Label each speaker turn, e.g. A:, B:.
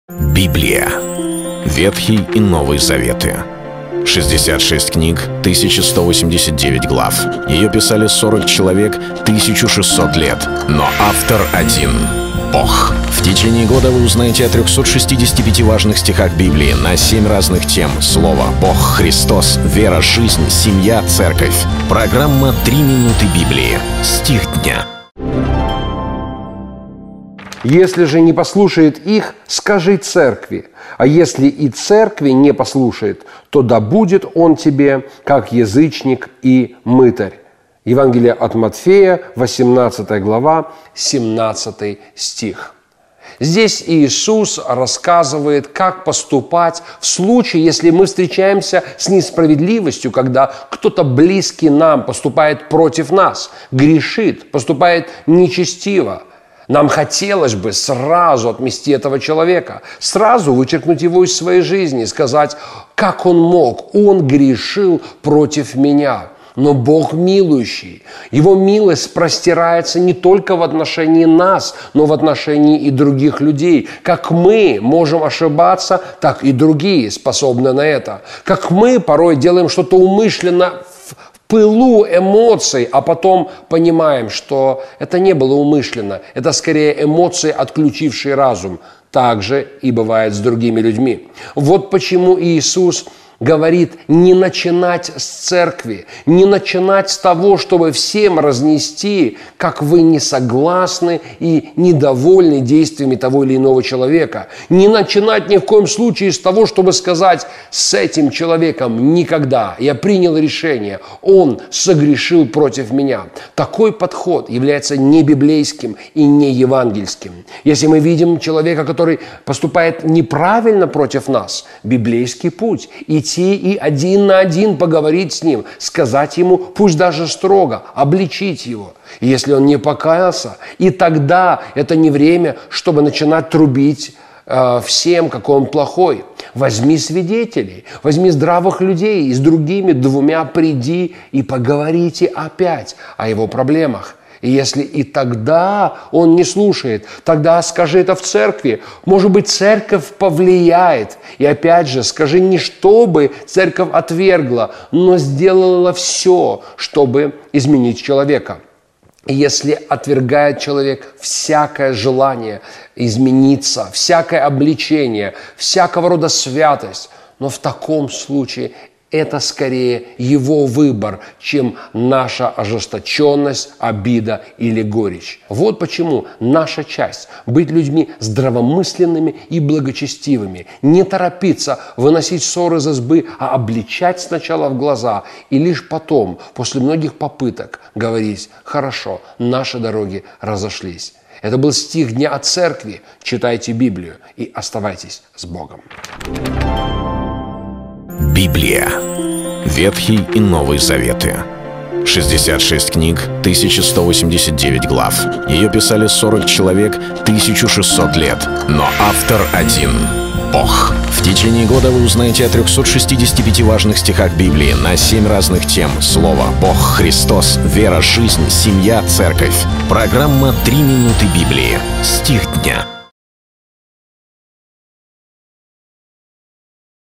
A: Библия. Ветхий и Новый Заветы. 66 книг, 1189 глав. Ее писали 40 человек, 1600 лет. Но автор один — Бог. В течение года вы узнаете о 365 важных стихах Библии на 7 разных тем. Слово, Бог, Христос, вера, жизнь, семья, церковь. Программа «3 минуты Библии». Стих дня.
B: Если же не послушает их, скажи церкви. А если и церкви не послушает, то да будет он тебе, как язычник и мытарь. Евангелие от Матфея, 18 глава, 17 стих. Здесь Иисус рассказывает, как поступать в случае, если мы встречаемся с несправедливостью, когда кто-то близкий нам поступает против нас, грешит, поступает нечестиво. Нам хотелось бы сразу отмести этого человека, сразу вычеркнуть его из своей жизни, сказать, как он мог, он грешил против меня. Но Бог милующий, Его милость простирается не только в отношении нас, но в отношении и других людей. Как мы можем ошибаться, так и другие способны на это. Как мы порой делаем что-то умышленно, пылу эмоций, а потом понимаем, что это не было умышленно, это скорее эмоции, отключившие разум. Так же и бывает с другими людьми. Вот почему Иисус говорит не начинать с церкви, не начинать с того, чтобы всем разнести, как вы не согласны и недовольны действиями того или иного человека. Не начинать ни в коем случае с того, чтобы сказать, с этим человеком никогда. Я принял решение, он согрешил против меня. Такой подход является не библейским и не евангельским. Если мы видим человека, который поступает неправильно против нас, библейский путь – идти и один на один поговорить с ним, сказать ему, пусть даже строго, обличить его. И если он не покаялся, и тогда это не время, чтобы начинать трубить всем, какой он плохой. Возьми свидетелей, возьми здравых людей, и с другими двумя приди и поговорите опять о его проблемах. И если и тогда он не слушает, тогда скажи это в церкви. Может быть, церковь повлияет. И опять же, скажи не чтобы церковь отвергла, но сделала все, чтобы изменить человека. И если отвергает человек всякое желание измениться, всякое обличение, всякого рода святость, но в таком случае это скорее его выбор, чем наша ожесточенность, обида или горечь. Вот почему наша часть – быть людьми здравомысленными и благочестивыми, не торопиться выносить ссоры из избы, а обличать сначала в глаза и лишь потом, после многих попыток, говорить «хорошо, наши дороги разошлись». Это был стих дня от церкви. Читайте Библию и оставайтесь с Богом.
A: Библия. Ветхий и Новый Заветы. 66 книг, 1189 глав. Ее писали 40 человек, 1600 лет. Но автор один — Бог. В течение года вы узнаете о 365 важных стихах Библии на 7 разных тем. Слово, Бог, Христос, вера, жизнь, семья, церковь. Программа «3 минуты Библии». Стих дня.